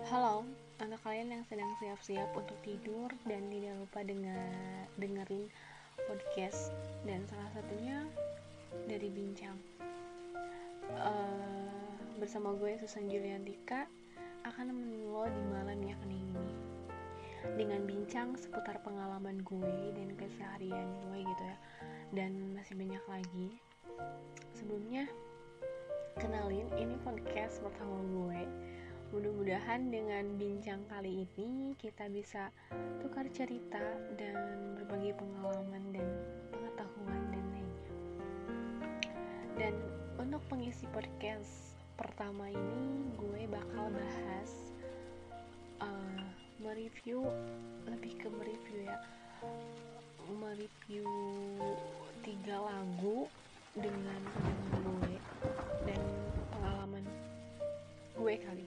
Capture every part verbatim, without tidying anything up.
Halo, untuk kalian yang sedang siap-siap untuk tidur dan tidak lupa dengar dengerin podcast dan salah satunya dari Bincang. Uh, bersama gue Susan Juliantika akan nemenin lo di malam yang hening ini dengan bincang seputar pengalaman gue dan keseharian gue gitu ya, dan masih banyak lagi. Sebelumnya, kenalin, ini podcast pertama gue. Mudah-mudahan dengan bincang kali ini kita bisa tukar cerita dan berbagi pengalaman dan pengetahuan dan lainnya. Dan untuk pengisi podcast pertama ini gue bakal bahas uh, mereview, lebih ke mereview ya, mereview tiga lagu dengan pandangan gue dan pengalaman gue kali.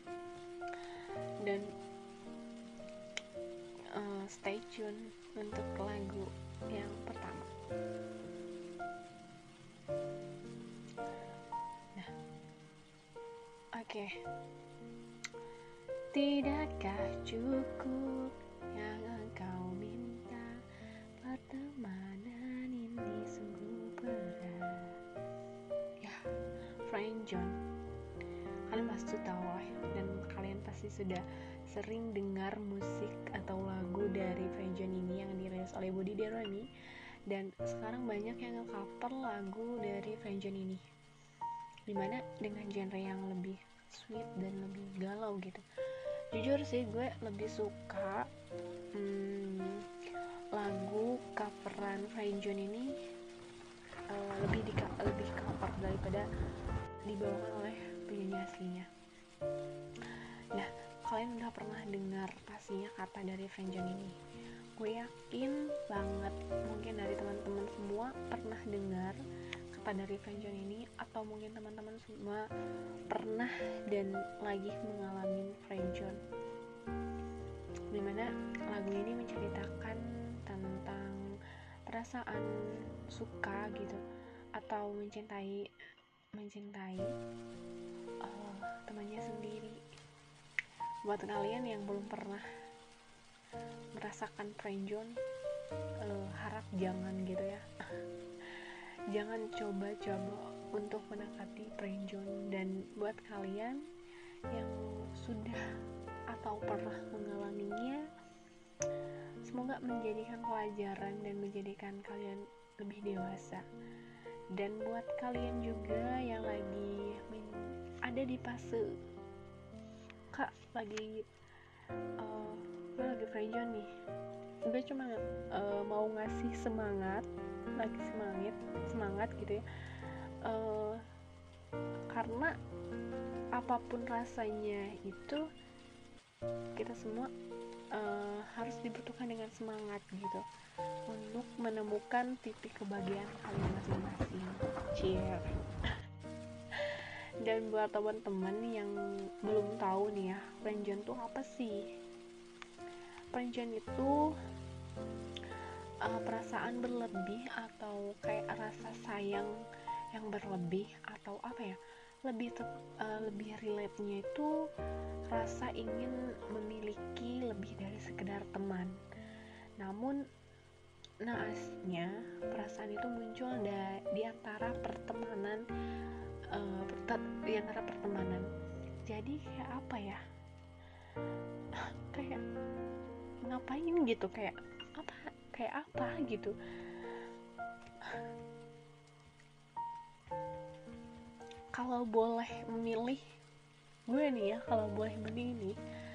Dan uh, stay tune untuk lagu yang pertama. Nah, oke. Okay. Tidakkah cukup yang engkau minta? Pertemanan ini sungguh berat. Ya, Frank John. Kalian pasti tahu lah, dan kalian pasti sudah sering dengar musik atau lagu dari Frank John ini yang dirilis oleh Budi Deroni, dan sekarang banyak yang nge-cover lagu dari Frank John ini, dimana dengan genre yang lebih sweet dan lebih galau gitu. Jujur sih gue lebih suka hmm, lagu coveran Frank John ini uh, lebih di lebih cover daripada dibawakan oleh penyanyi aslinya. Nah, kalian udah pernah dengar pastinya kata dari Frank John ini. Gue yakin banget mungkin dari teman-teman semua pernah dengar kata dari Frank John ini, atau mungkin teman-teman semua pernah dan lagi mengalami Frank John, dimana lagu ini menceritakan tentang perasaan suka gitu, atau mencintai mencintai uh, temannya sendiri. Buat kalian yang belum pernah merasakan Frank John, uh, harap jangan gitu ya. Jangan coba-coba untuk mendekati Frank John. Dan buat kalian yang sudah atau pernah mengalaminya, semoga menjadikan pelajaran dan menjadikan kalian lebih dewasa. Dan buat kalian juga yang lagi ada di fase kak lagi uh, gue lagi Frank John nih, gue cuma uh, mau ngasih semangat, lagi semangat semangat gitu ya, uh, karena apapun rasanya itu kita semua uh, harus dibutuhkan dengan semangat gitu untuk menemukan titik kebahagiaan kalian masing-masing. Cheer. Dan buat teman-teman yang belum tahu nih ya, Frank John itu apa sih? Frank John itu uh, perasaan berlebih atau kayak rasa sayang yang berlebih, atau apa ya, lebih te- uh, lebih relate-nya itu rasa ingin memiliki lebih dari sekedar teman. Namun naasnya perasaan itu muncul da- di antara pertemanan, uh, per- di antara pertemanan. Jadi kayak apa ya? Kayak ngapain gitu, kayak apa? Kayak apa gitu? Kalau boleh memilih, gue nih ya, kalau boleh memilih nih,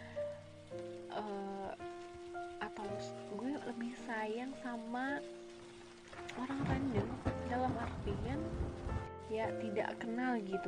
uh, atau gue lebih sayang sama orang random, dalam artian ya tidak kenal gitu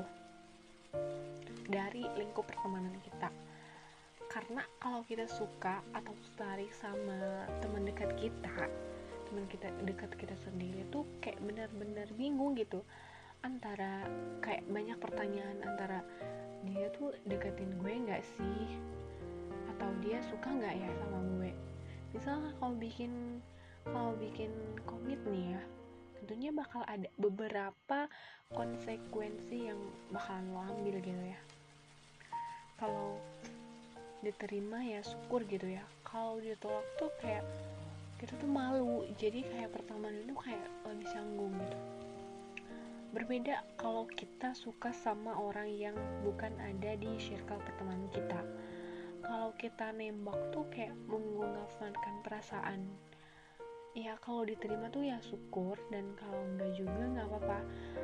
dari lingkup pertemanan kita. Karena kalau kita suka atau tertarik sama teman dekat kita, teman kita dekat kita sendiri tuh kayak benar-benar bingung gitu, antara kayak banyak pertanyaan, antara dia tuh deketin gue nggak sih, atau dia suka nggak ya sama gue. Misalnya kalau bikin kalau bikin komit nih ya, tentunya bakal ada beberapa konsekuensi yang bakalan lo ambil gitu ya. Kalau diterima ya syukur gitu ya. Kalau ditolak tuh kayak kita tuh malu, jadi kayak pertemanan itu kayak lebih canggung gitu. Berbeda kalau kita suka sama orang yang bukan ada di circle pertemanan kita. Kalau kita nembak tuh kayak mengungkapkan perasaan. Ya kalau diterima tuh ya syukur, dan kalau enggak juga nggak apa-apa.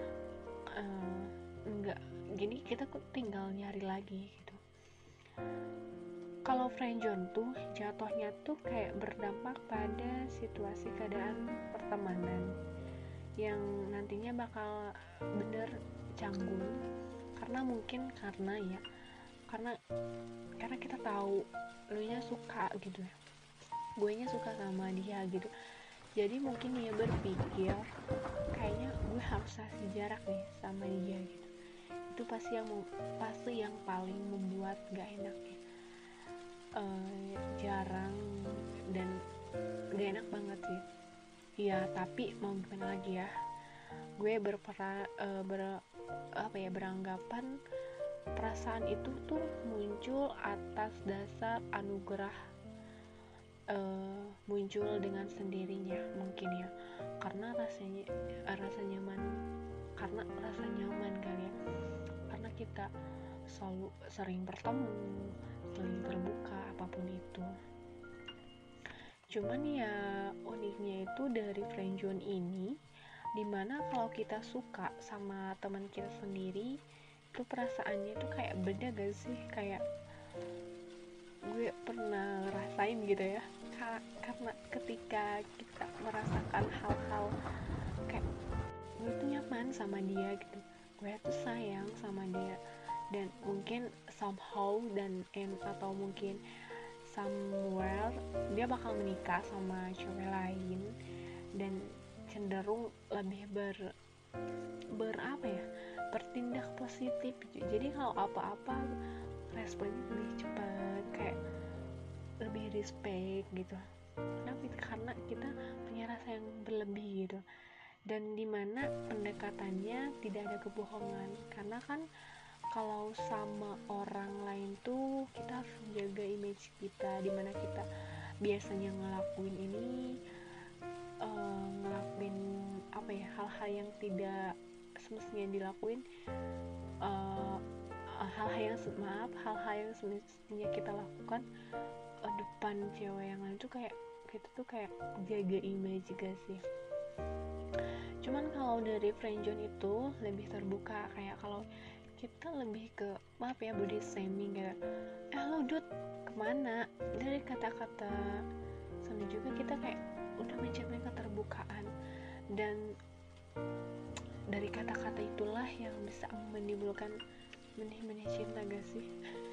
Uh, enggak, gini kita tinggal nyari lagi gitu. Kalau friendzone tuh jatuhnya tuh kayak berdampak pada situasi keadaan pertemanan yang nantinya bakal bener canggung, karena mungkin karena ya karena karena kita tahu lu nya suka gitu ya, gue nya suka sama dia gitu, jadi mungkin dia berpikir kayaknya gue harus kasih jarak nih sama dia gitu. Itu pasti yang pasti yang paling membuat gak enak ya. Uh, jarang dan gak enak banget sih ya, tapi mau gimana lagi ya, gue berpera, uh, ber, apa ya beranggapan perasaan itu tuh muncul atas dasar anugerah, uh, muncul dengan sendirinya mungkin ya, karena rasanya rasa nyaman karena rasa nyaman kali ya, karena kita selalu sering bertemu, sering terbuka apapun itu. Cuman ya uniknya itu dari friendzone ini, dimana kalau kita suka sama teman kita sendiri itu perasaannya itu kayak beda gak sih, kayak gue pernah ngerasain gitu ya, karena ketika kita merasakan hal-hal kayak gue tuh nyaman sama dia gitu, gue tuh sayang sama dia, dan mungkin somehow dan and atau mungkin somewhere dia bakal menikah sama cewek lain dan cenderung lebih ber ber apa ya bertindak positif. Jadi kalau apa-apa responnya lebih cepat, kayak lebih respect gitu. Kenapa? Karena kita punya rasa yang berlebih gitu, dan dimana pendekatannya tidak ada kebohongan, karena kan kalau sama orang lain tuh kita harus menjaga image kita, dimana kita biasanya ngelakuin ini uh, ngelakuin apa ya hal-hal yang tidak semestinya dilakuin, uh, hal-hal yang maaf hal-hal yang semestinya kita lakukan uh, depan cewek yang lain tuh kayak kita tuh kayak jaga image juga sih. Cuman kalau dari friendzone itu lebih terbuka, kayak kalau kita lebih ke maaf ya body shaming, kayak eh lo dud kemana, dari kata-kata sana juga kita kayak udah mencapai keterbukaan, dan dari kata-kata itulah yang bisa menimbulkan benih-benih cinta gak sih.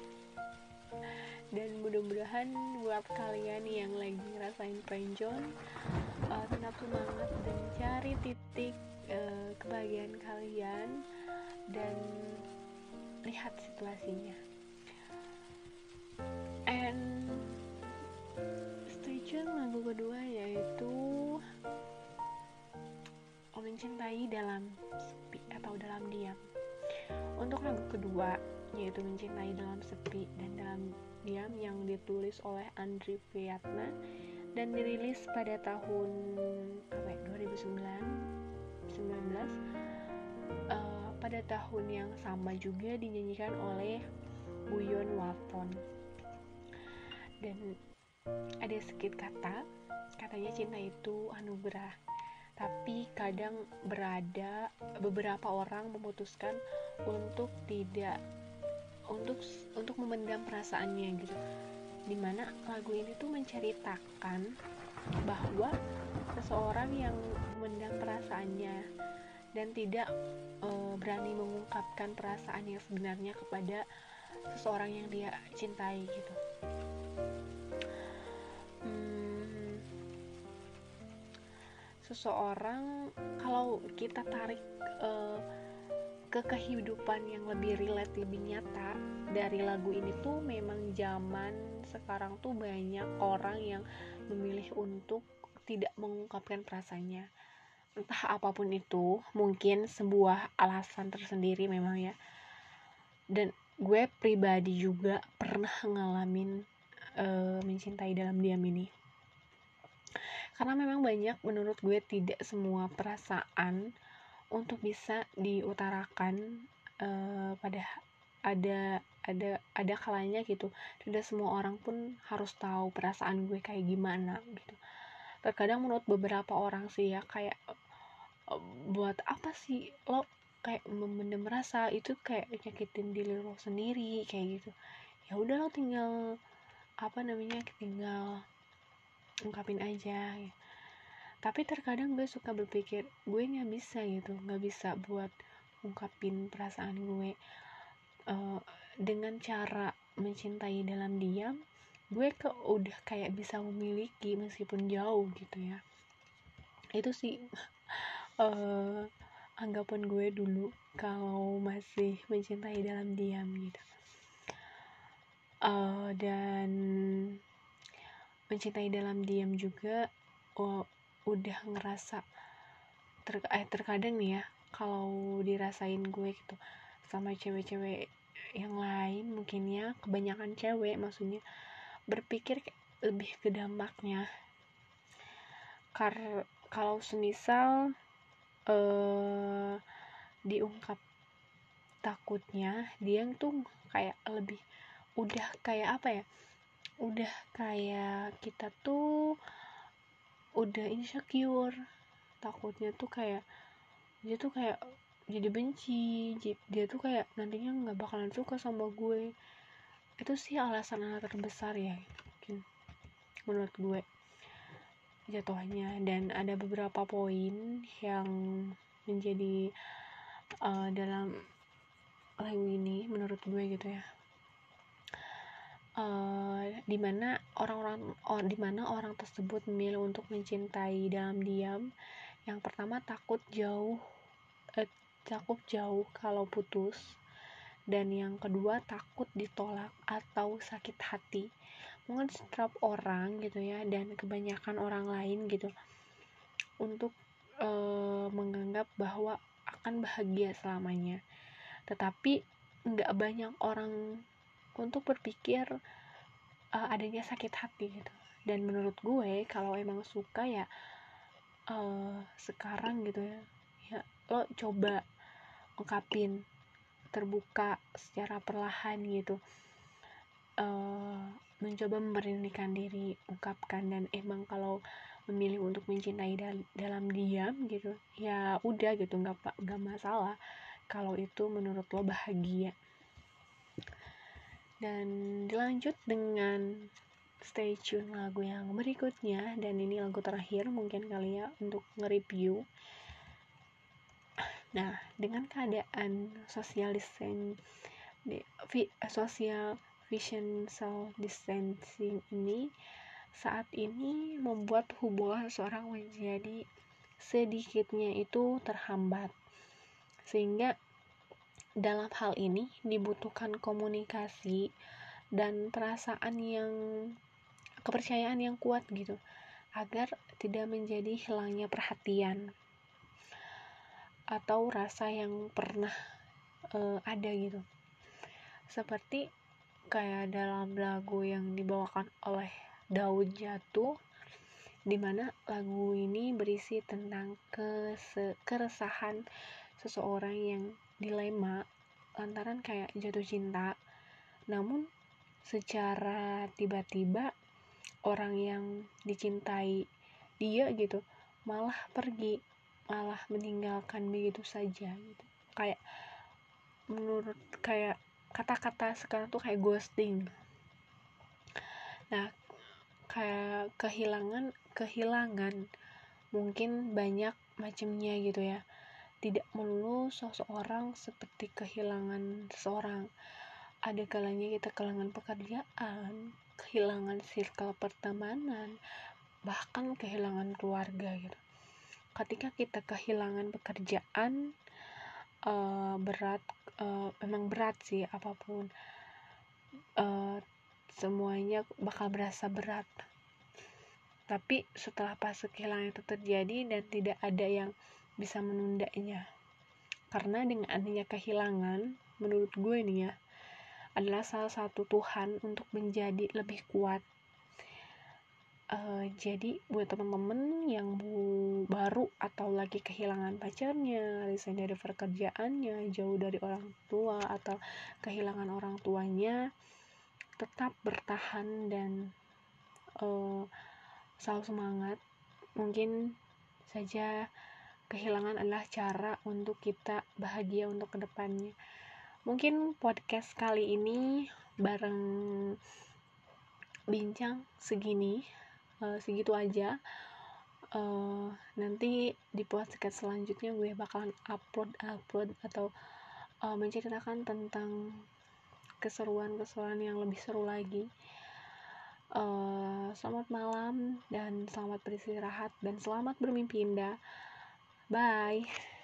Dan mudah-mudahan buat kalian yang lagi ngerasain friendzone uh, tetap semangat dan cari titik uh, kebahagiaan kalian dan lihat situasinya, and stay tune lagu kedua yaitu Mencintai Dalam Sepi atau Dalam Diam. Untuk lagu kedua yaitu Mencintai Dalam Sepi dan Dalam Diam yang ditulis oleh Andri Fiatna dan dirilis pada tahun apa ya, dua ribu sembilan belas. Uh, pada tahun yang sama juga dinyanyikan oleh Guyon Waton. Dan ada sedikit kata, katanya cinta itu anugerah, tapi kadang berada beberapa orang memutuskan untuk tidak untuk untuk memendam perasaannya gitu. Dimana lagu ini tuh menceritakan bahwa seseorang yang memendam perasaannya dan tidak e, berani mengungkapkan perasaan yang sebenarnya kepada seseorang yang dia cintai gitu. Hmm, seseorang kalau kita tarik e, ke kehidupan yang lebih relate, lebih nyata dari lagu ini tuh memang zaman sekarang tuh banyak orang yang memilih untuk tidak mengungkapkan perasaannya. Entah apapun itu, mungkin sebuah alasan tersendiri memang ya. Dan gue pribadi juga per pernah ngalamin uh, mencintai dalam diam ini. Karena memang banyak, menurut gue tidak semua perasaan untuk bisa diutarakan, uh, pada ada ada ada kalanya gitu. Tidak semua orang pun harus tahu perasaan gue kayak gimana gitu. Terkadang menurut beberapa orang sih ya, kayak uh, buat apa sih lo kayak memendam rasa, itu kayak nyakitin diri lo sendiri kayak gitu. Ya udah, lo tinggal apa namanya tinggal ungkapin aja ya. Tapi terkadang gue suka berpikir, gue nggak bisa gitu, nggak bisa buat ungkapin perasaan gue uh, dengan cara mencintai dalam diam. Gue ke udah kayak bisa memiliki meskipun jauh gitu ya. Itu sih uh, anggapan gue dulu kalau masih mencintai dalam diam gitu. Uh, dan mencintai dalam diam juga, oh, udah ngerasa ter eh, terkadang nih ya, kalau dirasain gue gitu sama cewek-cewek yang lain, mungkin ya kebanyakan cewek maksudnya, berpikir lebih ke dampaknya. Kar kalau semisal eh, diungkap takutnya, dia tuh kayak lebih udah kayak apa ya, udah kayak kita tuh udah insecure, takutnya tuh kayak dia tuh kayak jadi benci, dia tuh kayak nantinya nggak bakalan suka sama gue. Itu sih alasan terbesar ya mungkin menurut gue jatuhnya. Dan ada beberapa poin yang menjadi uh, dalam lagu ini menurut gue gitu ya, uh, dimana orang-orang or, dimana orang tersebut memilih untuk mencintai dalam diam. Yang pertama, takut jauh eh, takut jauh kalau putus. Dan yang kedua, takut ditolak atau sakit hati. Mungkin setiap orang gitu ya, dan kebanyakan orang lain gitu, untuk uh, menganggap bahwa akan bahagia selamanya. Tetapi nggak banyak orang untuk berpikir uh, adanya sakit hati gitu. Dan menurut gue kalau emang suka ya uh, sekarang gitu ya, ya lo coba ungkapin, terbuka secara perlahan gitu, uh, mencoba memberanikan diri, ungkapkan. Dan emang kalau memilih untuk mencintai dal- dalam diam gitu, ya udah gitu, nggak nggak masalah kalau itu menurut lo bahagia. Dan dilanjut dengan stay tune lagu yang berikutnya, dan ini lagu terakhir mungkin kali ya untuk nge-review. Nah, dengan keadaan social distancing, social physical distancing ini saat ini membuat hubungan seorang menjadi sedikitnya itu terhambat, sehingga dalam hal ini dibutuhkan komunikasi dan perasaan yang kepercayaan yang kuat gitu, agar tidak menjadi hilangnya perhatian atau rasa yang pernah uh, ada gitu. Seperti kayak dalam lagu yang dibawakan oleh Daud Jatuh, dimana lagu ini berisi tentang kese- keresahan seseorang yang dilema lantaran kayak jatuh cinta, namun secara tiba-tiba orang yang dicintai dia gitu malah pergi, malah meninggalkan begitu saja gitu. Kayak menurut kayak kata-kata sekarang tuh kayak ghosting. Nah, kayak kehilangan kehilangan mungkin banyak macamnya gitu ya. Tidak melulu seseorang seperti kehilangan seseorang. Ada kalanya kita kehilangan pekerjaan, kehilangan circle pertemanan, bahkan kehilangan keluarga gitu. Ketika kita kehilangan pekerjaan, uh, berat, uh, memang berat sih, apapun uh, semuanya bakal berasa berat. Tapi setelah fase kehilangan itu terjadi dan tidak ada yang bisa menundanya, karena dengan adanya kehilangan, menurut gue nih ya, adalah salah satu Tuhan untuk menjadi lebih kuat. Uh, jadi buat teman-teman yang bu- baru atau lagi kehilangan pacarnya, resign dari pekerjaannya, jauh dari orang tua atau kehilangan orang tuanya, tetap bertahan dan uh, selalu semangat. Mungkin saja kehilangan adalah cara untuk kita bahagia untuk kedepannya. Mungkin podcast kali ini bareng bincang segini. Uh, segitu aja. Uh, nanti di podcast selanjutnya gue bakalan upload upload atau uh, menceritakan tentang keseruan-keseruan yang lebih seru lagi. Uh, selamat malam dan selamat beristirahat dan selamat bermimpi indah. Bye.